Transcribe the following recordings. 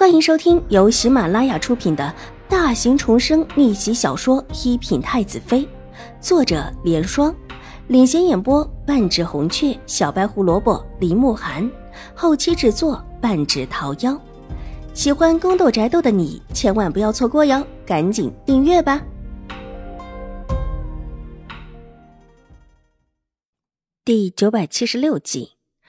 欢迎收听由喜马拉雅出品的大型重生逆袭小说《一品太子妃》，作者莲霜，领衔演播半指红雀、小白胡萝卜、林慕寒，后期制作半指桃夭。喜欢宫斗宅斗的你千万不要错过哟，赶紧订阅吧。第976集，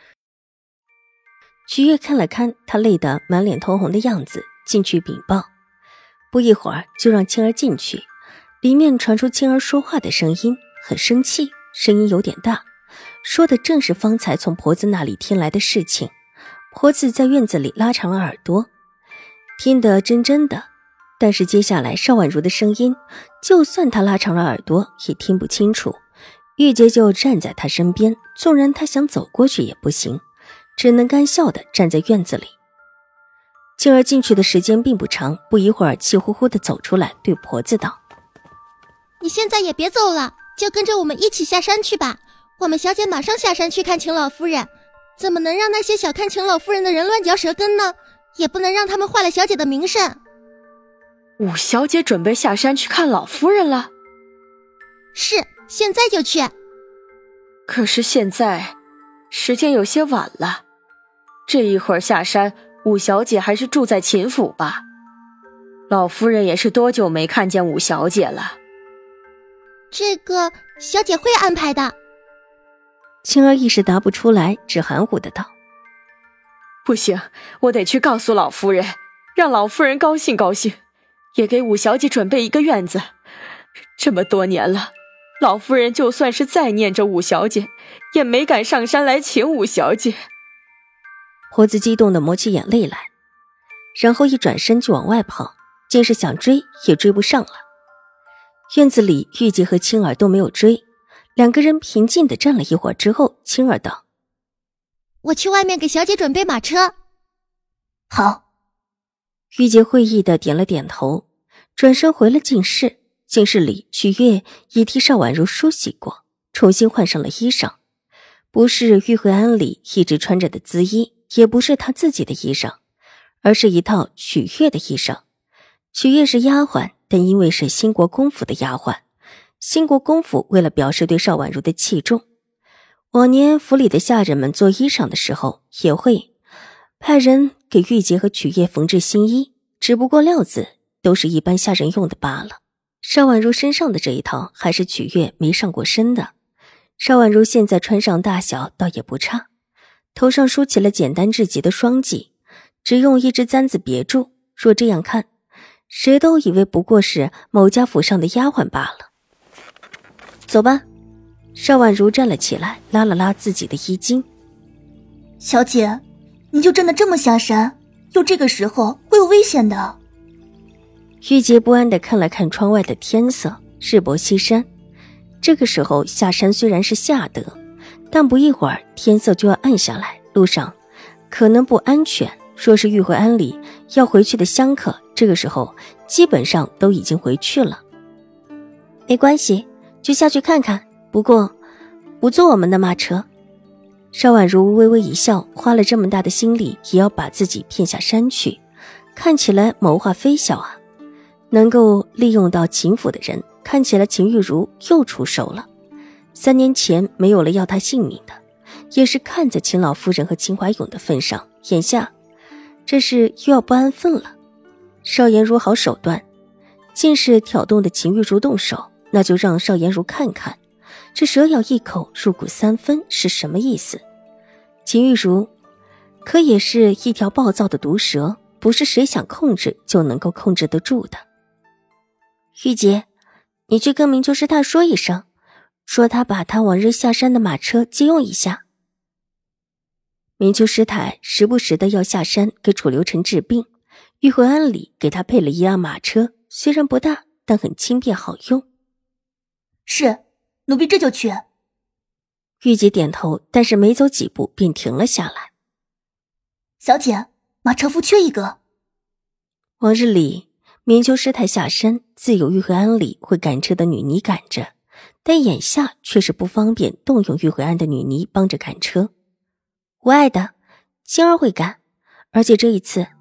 曲月看了看他累得满脸通红的样子，进去禀报。不一会儿就让青儿进去，里面传出青儿说话的声音，很生气，声音有点大，说的正是方才从婆子那里听来的事情。婆子在院子里拉长了耳朵，听得真真的，但是接下来邵婉如的声音，就算她拉长了耳朵也听不清楚。玉洁就站在他身边，纵然他想走过去也不行，只能干笑地站在院子里。青儿进去的时间并不长，不一会儿气呼呼地走出来，对婆子道： 你现在也别走了，就跟着我们一起下山去吧。我们小姐马上下山去看秦老夫人，怎么能让那些小看秦老夫人的人乱嚼舌根呢？也不能让他们坏了小姐的名声。 五小姐准备下山去看老夫人了？ 是，现在就去。 可是现在时间有些晚了，这一会儿下山，五小姐还是住在秦府吧。老夫人也是多久没看见五小姐了。 这个小姐会安排的。 青儿一时答不出来，只含糊的道： 不行，我得去告诉老夫人，让老夫人高兴高兴，也给五小姐准备一个院子。这么多年了，老夫人就算是再念着五小姐，也没敢上山来请五小姐。 婆子激动地抹起眼泪来，然后一转身就往外跑，竟是想追也追不上了。院子里玉洁和青儿都没有追，两个人平静地站了一会儿之后，青儿道： 我去外面给小姐准备马车。 好。 玉洁会意地点了点头，转身回了静室。静室里曲月已替邵婉如梳洗过，重新换上了衣裳，不是玉惠庵里一直穿着的紫衣，也不是她自己的衣裳，而是一套曲月的衣裳。曲月是丫鬟，但因为是兴国公府的丫鬟，兴国公府为了表示对邵婉如的器重，往年府里的下人们做衣裳的时候，也会派人给玉洁和曲月缝制新衣，只不过料子都是一般下人用的罢了。邵婉如身上的这一套还是曲月没上过身的，邵婉如现在穿上大小倒也不差，头上梳起了简单至极的双髻，只用一只簪子别住，若这样看，谁都以为不过是某家府上的丫鬟罢了。走吧。邵婉如站了起来，拉了拉自己的衣襟。 小姐，你就真的这么下山？又这个时候会有危险的。 玉洁不安地看了看窗外的天色，日薄西山。这个时候下山虽然是下得，但不一会儿天色就要暗下来，路上可能不安全。说是玉惠庵里要回去的香客，这个时候基本上都已经回去了。没关系，就下去看看，不过不坐我们的马车。邵婉如微微一笑，花了这么大的心力也要把自己骗下山去，看起来谋划非小啊。能够利用到秦府的人，看起来秦玉茹又出手了。3年前没有了要他性命的，也是看在秦老夫人和秦怀勇的份上，眼下这是又要不安分了。邵颜如好手段，竟是挑动的秦玉茹动手，那就让邵颜如看看这蛇咬一口入骨3分是什么意思。秦玉茹可也是一条暴躁的毒蛇，不是谁想控制就能够控制得住的。玉洁，你去跟明秋师太说一声，说他把他往日下山的马车借用一下。明秋师太时不时的要下山给楚留臣治病，玉惠庵里给他配了一辆马车，虽然不大，但很轻便好用。 是，奴婢这就去。 玉洁点头，但是没走几步便停了下来。 小姐，马车夫缺一个。 往日里明秋师太下山，自有玉惠庵里会赶车的女尼赶着，但眼下却是不方便动用玉惠庵的女尼帮着赶车。无碍的，青儿会赶，而且这一次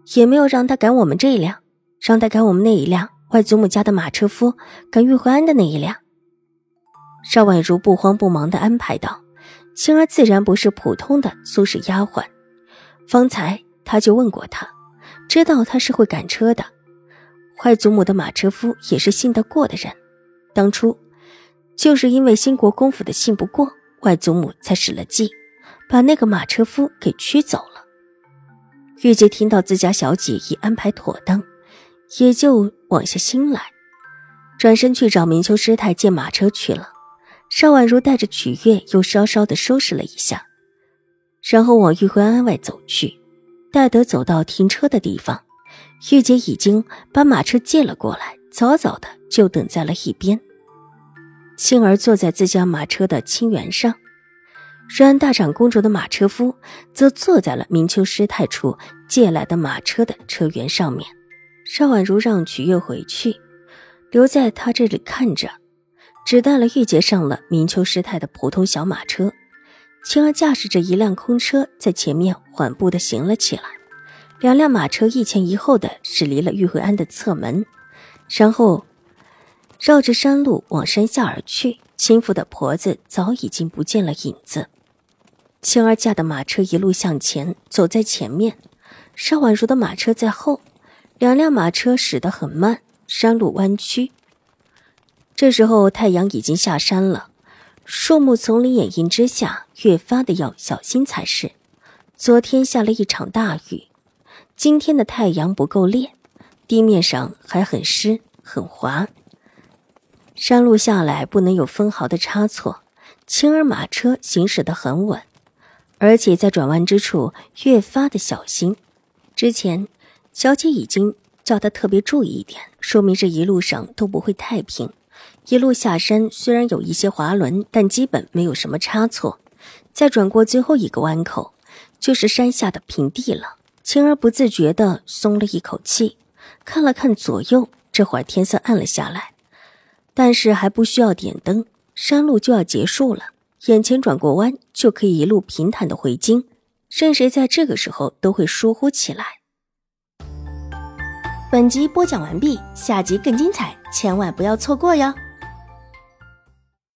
也没有让他赶我们这一辆，让他赶我们那一辆，外祖母家的马车夫赶玉慧安的那一辆。邵婉如不慌不忙地安排道，青儿自然不是普通的苏氏丫鬟，方才他就问过他，知道他是会赶车的。外祖母的马车夫也是信得过的人，当初就是因为兴国公府的信不过，外祖母才使了计，把那个马车夫给驱走了。玉洁听到自家小姐已安排妥当，也就往下心来，转身去找明秋师太借马车去了。邵婉如带着曲月又稍稍地收拾了一下，然后往玉慧安外走去。待得走到停车的地方，玉洁已经把马车借了过来，早早的就等在了一边。幸儿坐在自家马车的青辕上，瑞安大长公主的马车夫则坐在了明秋师太处借来的马车的车辕上面。邵婉如让曲月回去，留在他这里看着，只带了玉洁上了明秋师太的普通小马车。青儿驾驶着一辆空车在前面缓步地行了起来，两辆马车一前一后地驶离了玉慧安的侧门，然后绕着山路往山下而去。轻浮的婆子早已经不见了影子。青儿驾的马车一路向前，走在前面，邵婉如的马车在后，两辆马车驶得很慢，山路弯曲。这时候太阳已经下山了，树木丛林掩映之下，越发的要小心才是。昨天下了一场大雨，今天的太阳不够烈，地面上还很湿很滑，山路下来不能有分毫的差错。青儿马车行驶得很稳，而且在转弯之处越发的小心。之前小姐已经叫他特别注意一点，说明这一路上都不会太平。一路下山虽然有一些滑轮，但基本没有什么差错。再转过最后一个弯口，就是山下的平地了。青儿不自觉地松了一口气，看了看左右，这会儿天色暗了下来，但是还不需要点灯，山路就要结束了，眼前转过弯就可以一路平坦的回京，任谁在这个时候都会疏忽起来。 本集播讲完毕，下集更精彩，千万不要错过哟。